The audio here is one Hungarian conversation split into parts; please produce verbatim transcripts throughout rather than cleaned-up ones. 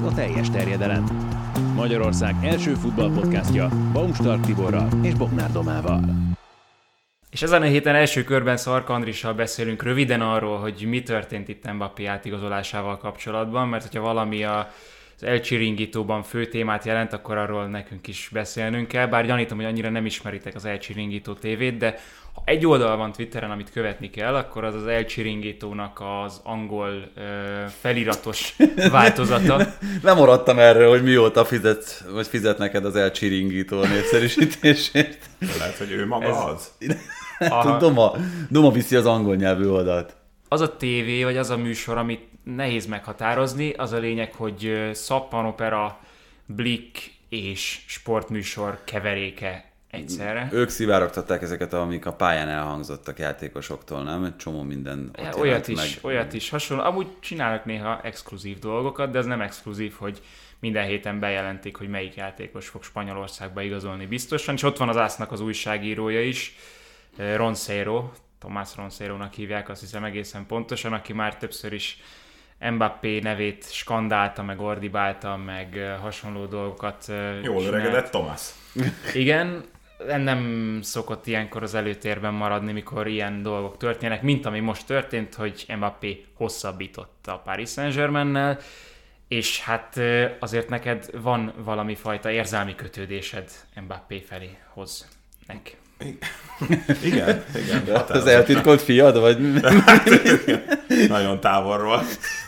a teljes terjedelem. Magyarország első futballpodcastja Baumstark Tiborral és Bognár Domával. És ezen a héten első körben Szarka Andrissal beszélünk röviden arról, hogy mi történt itt Mbappé átigazolásával kapcsolatban, mert hogyha valami a az El Chiringuitóban fő témát jelent, akkor arról nekünk is beszélnünk kell. Bár gyanítom, hogy annyira nem ismeritek az El Chiringuito tévét, de ha egy oldal van Twitteren, amit követni kell, akkor az az El Chiringuitónak az angol ö, feliratos változata. Lemaradtam erről, hogy mióta fizet, vagy fizet neked az El Chiringuito népszerűsítésért. Lehet, hogy ő maga Ez... az. Doma, Doma viszi az angol nyelvű oldalt. Az a tévé, vagy az a műsor, amit nehéz meghatározni, az a lényeg, hogy szappanopera, Blick és sportműsor keveréke egyszerre. Ők szivárogtatták ezeket, amik a pályán elhangzottak játékosoktól, nem? Egy csomó minden ja, olyat is, meg. Olyat is hasonló. Amúgy csinálnak néha exkluzív dolgokat, de ez nem exkluzív, hogy minden héten bejelentik, hogy melyik játékos fog Spanyolországba igazolni biztosan, és ott van az ásznak az újságírója is, Roncero, Tomás Roncerónak hívják, azt hiszem egészen pontosan, aki már többször is Mbappé nevét skandálta, meg ordibálta, meg hasonló dolgokat jól öregedett Tomás. Igen, nem szokott ilyenkor az előtérben maradni, mikor ilyen dolgok történnek, mint ami most történt, hogy Mbappé hosszabbított a Paris Saint-Germainnel, és hát azért neked van valami fajta érzelmi kötődésed Mbappé felé hoz nek. Igen, igen. Az eltitkolt fiad, vagy? Hát, nagyon távolról.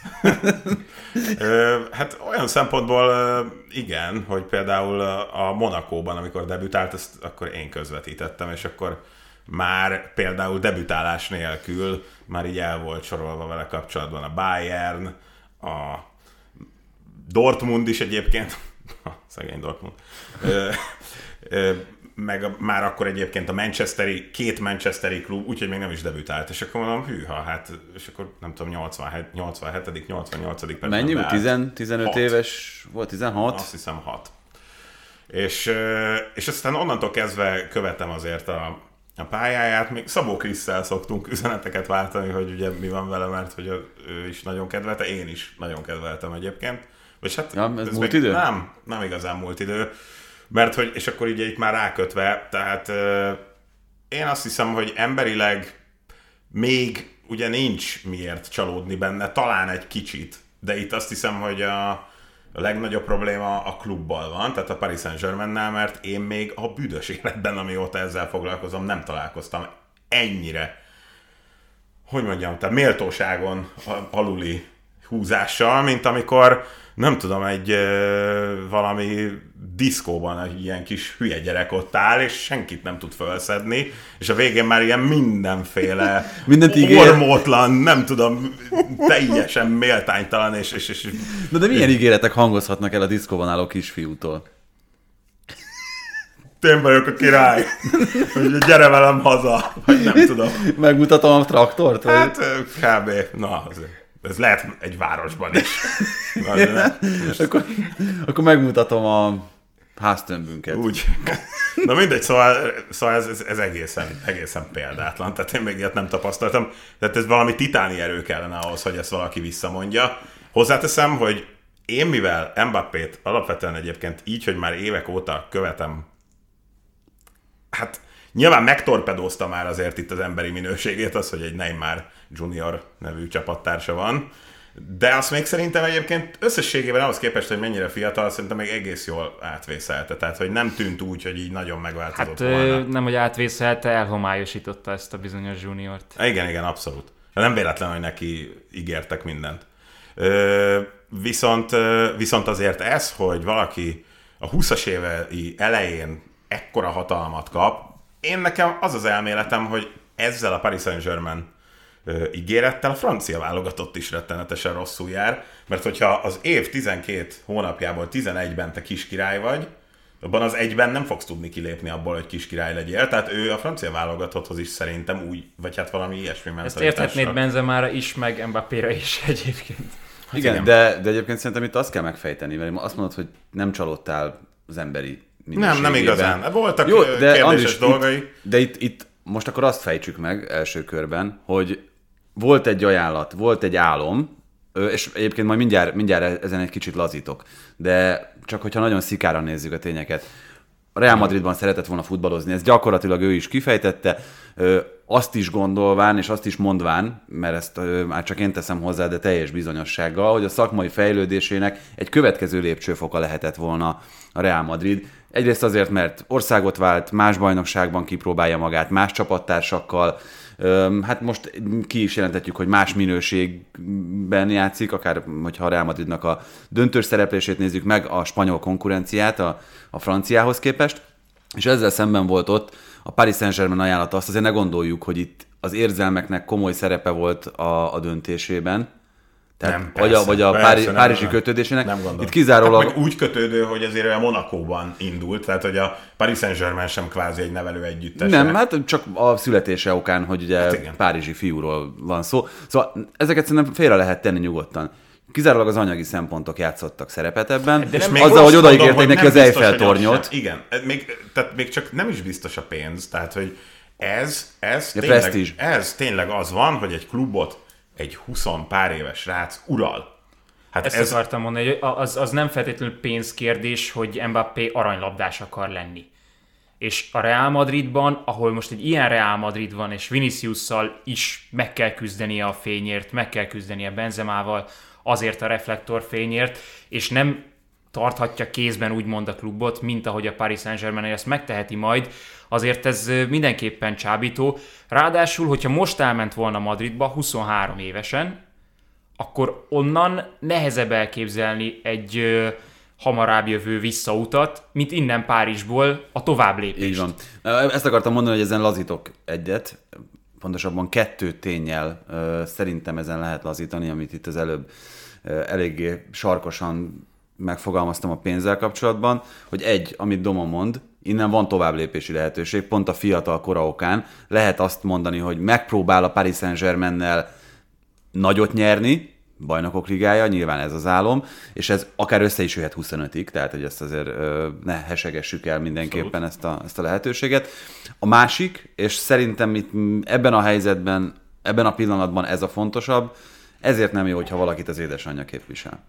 Hát olyan szempontból igen, hogy például a Monacóban, amikor debütált, ezt akkor én közvetítettem, és akkor már például debütálás nélkül már így el volt sorolva vele kapcsolatban a Bayern, a Dortmund is egyébként, szegény Dortmund, meg a, már akkor egyébként a Manchesteri, két Manchesteri klub, úgyhogy még nem is debütált, és akkor mondom, hűha, hát, és akkor nem tudom, nyolcvanhét, nyolcvanhetedik, nyolcvannyolcadik percben mennyi volt? tíz, tizenöt hat. Éves volt? tizenhat? Azt hiszem hat. És, és aztán onnantól kezdve követem azért a, a pályáját, még Szabó Krisszel szoktunk üzeneteket váltani, hogy ugye mi van vele, mert hogy ő is nagyon kedvelte, én is nagyon kedveltem egyébként. És hát, ja, ez, ez múlt még, idő? Nem, nem igazán múlt idő. Mert hogy, és akkor így itt már rákötve, tehát euh, én azt hiszem, hogy emberileg még ugye nincs miért csalódni benne, talán egy kicsit, de itt azt hiszem, hogy a, a legnagyobb probléma a klubbal van, tehát a Paris Saint-Germainnál, mert én még a büdös életben, amióta ezzel foglalkozom, nem találkoztam ennyire, hogy mondjam, tehát méltóságon aluli húzással, mint amikor nem tudom, egy uh, valami diszkóban egy ilyen kis hülye gyerek ott áll, és senkit nem tud felszedni, és a végén már ilyen mindenféle ormótlan, nem tudom, teljesen méltánytalan, és... és, és Na de milyen ígéretek hangozhatnak el a diszkóban álló kisfiútól? Én vagyok a király, hogy gyere velem haza, vagy nem tudom. Megmutatom a traktort? Vagy? Hát kb. Na, azért. Ez lehet egy városban is. Ja, akkor, akkor megmutatom a háztömbünket. Úgy. Na mindegy, szóval, szóval ez, ez, ez egészen, egészen példátlan. Tehát én még ilyet nem tapasztaltam. Tehát ez valami titáni erő kellene ahhoz, hogy ezt valaki visszamondja. Hozzáteszem, hogy én mivel Mbappét alapvetően egyébként így, hogy már évek óta követem, hát nyilván megtorpedózta már azért itt az emberi minőségét az, hogy egy Neymar Junior nevű csapattársa van, de azt még szerintem egyébként összességében ahhoz képest, hogy mennyire fiatal, szerintem még egész jól átvészelte. Tehát, hogy nem tűnt úgy, hogy így nagyon megváltozott hát, volna. Nem, hogy átvészelte, elhomályosította ezt a bizonyos juniort. Igen, igen, abszolút. Nem véletlen, hogy neki ígértek mindent. Ö, viszont, viszont azért ez, hogy valaki a húszas évei elején ekkora hatalmat kap, én nekem az az elméletem, hogy ezzel a Paris Saint-Germain ígérettel a francia válogatott is rettenetesen rosszul jár, mert hogyha az év tizenkét hónapjából tizenegyben te kiskirály vagy, abban az egyben nem fogsz tudni kilépni abból, hogy kiskirály legyél, tehát ő a francia válogatotthoz is szerintem úgy, vagy hát valami ilyesmi mentalitással. Ezt érthetnéd Benzemára is, meg Mbappéra is egyébként. Hát igen, igen. De, de egyébként szerintem itt azt kell megfejteni, mert azt mondod, hogy nem csalódtál az emberi minőségében. Nem, nem igazán. Voltak jó, de kérdéses Andris, dolgai. Itt, de itt, itt most akkor azt fejtsük meg első körben, hogy volt egy ajánlat, volt egy álom, és egyébként majd mindjárt, mindjárt ezen egy kicsit lazítok, de csak hogyha nagyon szikára nézzük a tényeket. A Real Madridban szeretett volna futballozni, ezt gyakorlatilag ő is kifejtette, azt is gondolván, és azt is mondván, mert ezt már csak én teszem hozzá, de teljes bizonyossággal, hogy a szakmai fejlődésének egy következő lépcsőfoka lehetett volna a Real Madrid. Egyrészt azért, mert országot vált, más bajnokságban kipróbálja magát, más csapattársakkal, hát most ki is jelentetjük, hogy más minőségben játszik, akár hogyha a Real Madridnak a döntős szereplését nézzük meg, a spanyol konkurenciát a, a franciához képest, és ezzel szemben volt ott a Paris Saint-Germain ajánlata. Azt azért ne gondoljuk, hogy itt az érzelmeknek komoly szerepe volt a, a döntésében. Tehát, nem, vagy persze, a, vagy a persze, Pári, nem, párizsi nem, kötődésének. Nem gondolom. Itt kizárólag... Hát meg úgy kötődő, hogy azért a Monacóban indult, tehát hogy a Paris Saint-Germain sem kvázi egy nevelő együttes. Nem, hát csak a születése okán, hogy ugye hát párizsi fiúról van szó. Szóval ezeket szerintem félre lehet tenni nyugodtan. Kizárólag az anyagi szempontok játszottak szerepet ebben, és még azzal, hogy odaígérték neki az Eiffel-tornyot. Igen, még, tehát még csak nem is biztos a pénz, tehát hogy ez, ez, ja, tényleg, ez tényleg az van, hogy egy klubot egy huszon pár éves rác ural. Hát ezt ez... akartam mondani, hogy az, az nem feltétlenül pénzkérdés, hogy Mbappé aranylabdás akar lenni. És a Real Madridban, ahol most egy ilyen Real Madrid van, és Viniciusszal is meg kell küzdenie a fényért, meg kell küzdenie Benzemával, azért a reflektorfényért, és nem tarthatja kézben úgymond a klubot, mint ahogy a Paris Saint-Germain ezt megteheti majd, azért ez mindenképpen csábító. Ráadásul, hogyha most elment volna Madridba huszonhárom évesen, akkor onnan nehezebb elképzelni egy ö, hamarabb jövő visszautat, mint innen Párizsból a továbblépést. Így van. Ezt akartam mondani, hogy ezen lazítok egyet, pontosabban kettő ténnyel ö, szerintem ezen lehet lazítani, amit itt az előbb ö, eléggé sarkosan megfogalmaztam a pénzzel kapcsolatban, hogy egy, amit Doma mond, innen van továbblépési lehetőség, pont a fiatal kora okán lehet azt mondani, hogy megpróbál a Paris Saint-Germainnel nagyot nyerni, bajnokok ligája, nyilván ez az álom, és ez akár össze is jöhet huszonötig, tehát hogy ezt azért ö, ne hesegessük el mindenképpen ezt a, ezt a lehetőséget. A másik, és szerintem itt ebben a helyzetben, ebben a pillanatban ez a fontosabb, ezért nem jó, hogyha valakit az édesanyja képvisel.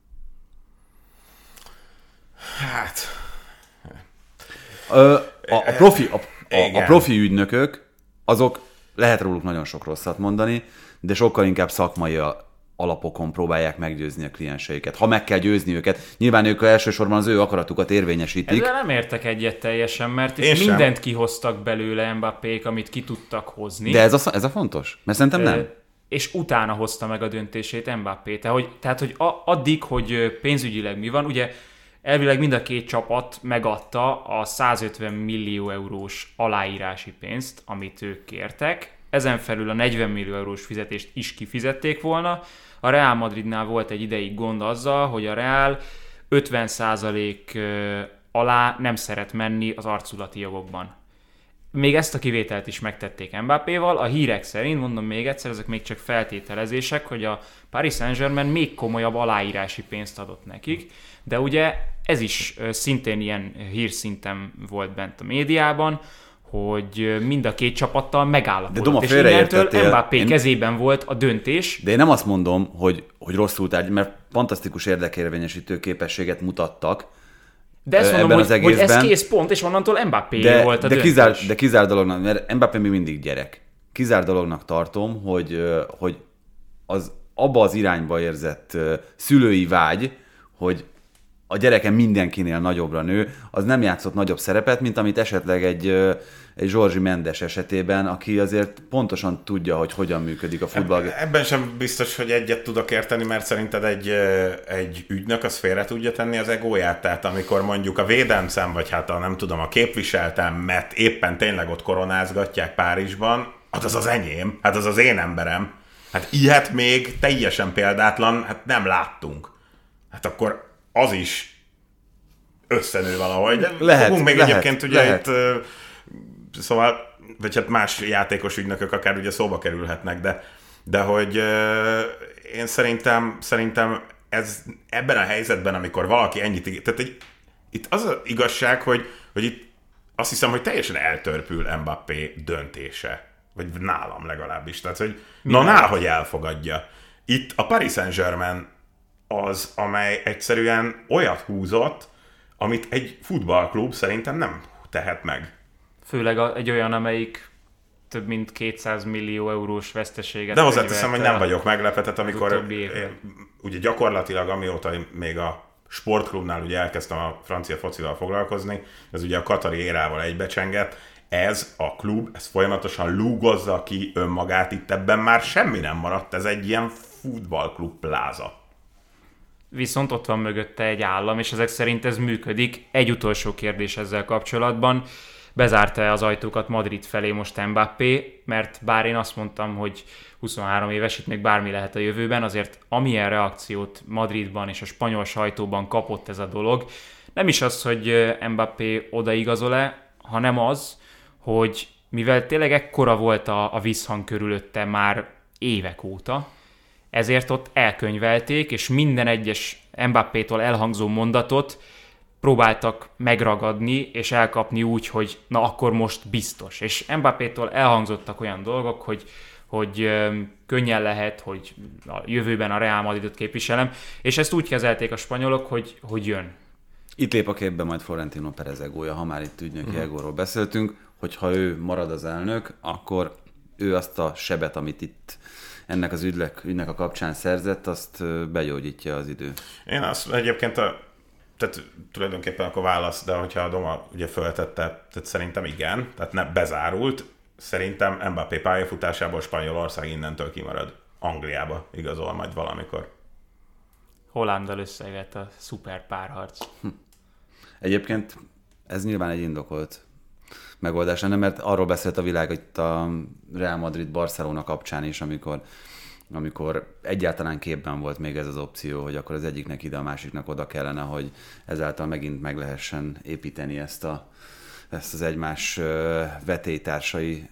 Hát... Ö, a, a, profi, a, a, a profi ügynökök, azok lehet róluk nagyon sok rosszat mondani, de sokkal inkább szakmai alapokon próbálják meggyőzni a klienseiket. Ha meg kell győzni őket, nyilván ők elsősorban az ő akaratukat érvényesítik. Ezzel nem értek egyet teljesen, mert itt Én mindent sem. kihoztak belőle Mbappék, amit ki tudtak hozni. De ez a, ez a fontos? Mert szerintem nem. És utána hozta meg a döntését Mbappé. Tehát, hogy, tehát, hogy addig, hogy pénzügyileg mi van, ugye elvileg mind a két csapat megadta a százötven millió eurós aláírási pénzt, amit ők kértek. Ezen felül a negyven millió eurós fizetést is kifizették volna. A Real Madridnál volt egy ideig gond azzal, hogy a Real ötven százalék alá nem szeret menni az arculati jogokban. Még ezt a kivételt is megtették Mbappéval. A hírek szerint, mondom még egyszer, ezek még csak feltételezések, hogy a Paris Saint-Germain még komolyabb aláírási pénzt adott nekik, de ugye ez is szintén ilyen hírszinten volt bent a médiában, hogy mind a két csapattal megállapodott, és innentől Mbappé én... kezében volt a döntés. De én nem azt mondom, hogy, hogy rosszul tárgy, mert fantasztikus érdekérvényesítő képességet mutattak. De ezt mondom, hogy, hogy ez kész pont, és onnantól Mbappé de, volt a de döntés. Kizár, de kizár dolognak, mert Mbappé még mindig gyerek. Kizár dolognak tartom, hogy, hogy az abba az irányba érzett szülői vágy, hogy a gyereke mindenkinél nagyobbra nő, az nem játszott nagyobb szerepet, mint amit esetleg egy, egy Zsorzsi Mendes esetében, aki azért pontosan tudja, hogy hogyan működik a futball. Ebben sem biztos, hogy egyet tudok érteni, mert szerinted egy, egy ügynök az félre tudja tenni az egóját, tehát amikor mondjuk a védelmszem, vagy hát a nem tudom, a képviseltemet éppen tényleg ott koronázgatják Párizsban, hát az az enyém, hát az az én emberem. Hát ilyet még teljesen példátlan, hát nem láttunk. Hát akkor az is összenő valahogy. De lehet, fogunk még lehet, egyébként ugye lehet. itt, szóval, vagy hát más játékos ügynökök akár ugye szóba kerülhetnek, de, de hogy én szerintem, szerintem ez ebben a helyzetben, amikor valaki ennyit, tehát egy, itt az az igazság, hogy, hogy itt azt hiszem, hogy teljesen eltörpül Mbappé döntése. Vagy nálam legalábbis. Tehát, hogy na, nál, hogy elfogadja. Itt a Paris Saint-Germain az, amely egyszerűen olyat húzott, amit egy futballklub szerintem nem tehet meg. Főleg a, egy olyan, amelyik több mint kétszáz millió eurós veszteséget. De hozzáteszem, hogy nem vagyok meglepve, tehát amikor én, ugye gyakorlatilag amióta még a sportklubnál ugye elkezdtem a francia focival foglalkozni, ez ugye a katari érával egybecsengett, ez a klub, ez folyamatosan lúgozza ki önmagát, itt ebben már semmi nem maradt, ez egy ilyen futballklub pláza. Viszont ott van mögötte egy állam, és ezek szerint ez működik. Egy utolsó kérdés ezzel kapcsolatban. Bezárta az ajtókat Madrid felé most Mbappé, mert bár én azt mondtam, hogy huszonhárom éves, itt még bármi lehet a jövőben, azért amilyen reakciót Madridban és a spanyol sajtóban kapott ez a dolog, nem is az, hogy Mbappé odaigazol-e, hanem az, hogy mivel tényleg ekkora volt a, a visszhang körülötte már évek óta, ezért ott elkönyvelték, és minden egyes Mbappétól elhangzó mondatot próbáltak megragadni és elkapni úgy, hogy na akkor most biztos. És Mbappétól elhangzottak olyan dolgok, hogy, hogy öm, könnyen lehet, hogy a jövőben a Real Madridot képviselem, és ezt úgy kezelték a spanyolok, hogy, hogy jön. Itt lép a képbe majd Florentino Perez egója, ha már itt ügynöki uh-huh. egóról beszéltünk, hogyha ő marad az elnök, akkor ő azt a sebet, amit itt ennek az ügynek, ügynek a kapcsán szerzett, azt begyógyítja az idő. Én azt egyébként, a, tehát tulajdonképpen akkor válasz, de hogyha a Doma ugye föltette, tehát szerintem igen, tehát ne bezárult, szerintem Mbappé pályafutásából Spanyolország innentől kimarad. Angliába igazol majd valamikor. Hollanddal összejött a szuper párharc. Hm. Egyébként ez nyilván egy indokolt megoldás lenne, mert arról beszélt a világ itt a Real Madrid-Barcelona kapcsán is, amikor, amikor egyáltalán képben volt még ez az opció, hogy akkor az egyiknek ide, a másiknak oda kellene, hogy ezáltal megint meg lehessen építeni ezt, a, ezt az egymás vetélytársai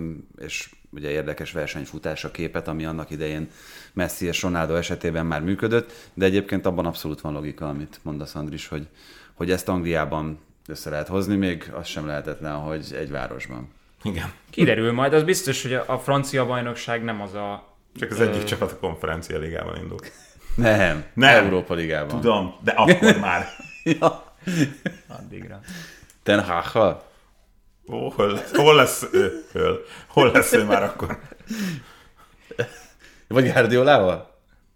és ugye érdekes versenyfutása képet, ami annak idején Messi és Ronaldo esetében már működött, de egyébként abban abszolút van logika, amit mondasz, Andris, hogy, hogy ezt Angliában össze lehet hozni, még az sem lehetetlen, hogy egy városban. Igen. Kiderül majd, az biztos, hogy a francia bajnokság nem az a... Csak az ö... egyik csapat a konferencia ligában indul. Nem, nem, Európa ligában. Tudom, de akkor már. Ja. Addigra. Ten Hag-hal? Ó, hol lesz, hol lesz ő? Hol, hol lesz ő már akkor? Vagy Guardiolával?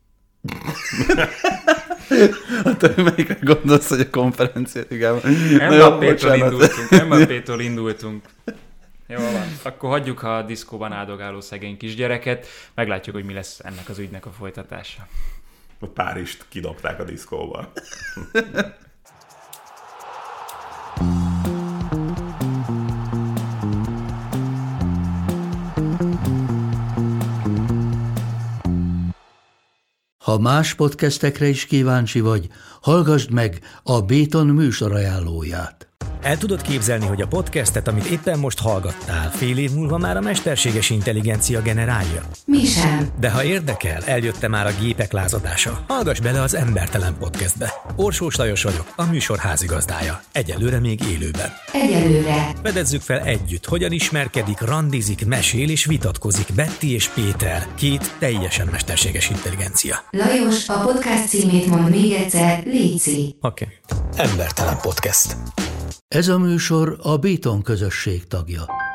Hát, melyikre gondolsz, hogy a konferencia ligában? Mbappétól indultunk, Mbappétól indultunk. Jó van, akkor hagyjuk a diszkóban áldogáló szegény kisgyereket, meglátjuk, hogy mi lesz ennek az ügynek a folytatása. Párizst kidobták a diszkóba. Ha más podcastekre is kíváncsi vagy, hallgassd meg a Béton műsor ajánlóját. El tudod képzelni, hogy a podcastet, amit éppen most hallgattál, fél év múlva már a mesterséges intelligencia generálja? Mi sem. De ha érdekel, eljött már a gépek lázadása. Hallgass bele az Embertelen podcastbe. Orsós Lajos vagyok, a műsor házigazdája. Egyelőre még élőben. Egyelőre. Fedezzük fel együtt, hogyan ismerkedik, randizik, mesél és vitatkozik Betty és Péter, két teljesen mesterséges intelligencia. Lajos, a podcast címét mond még egyszer, léci. Oké. Okay. Embertelen podcast. Ez a műsor a Béton közösség tagja.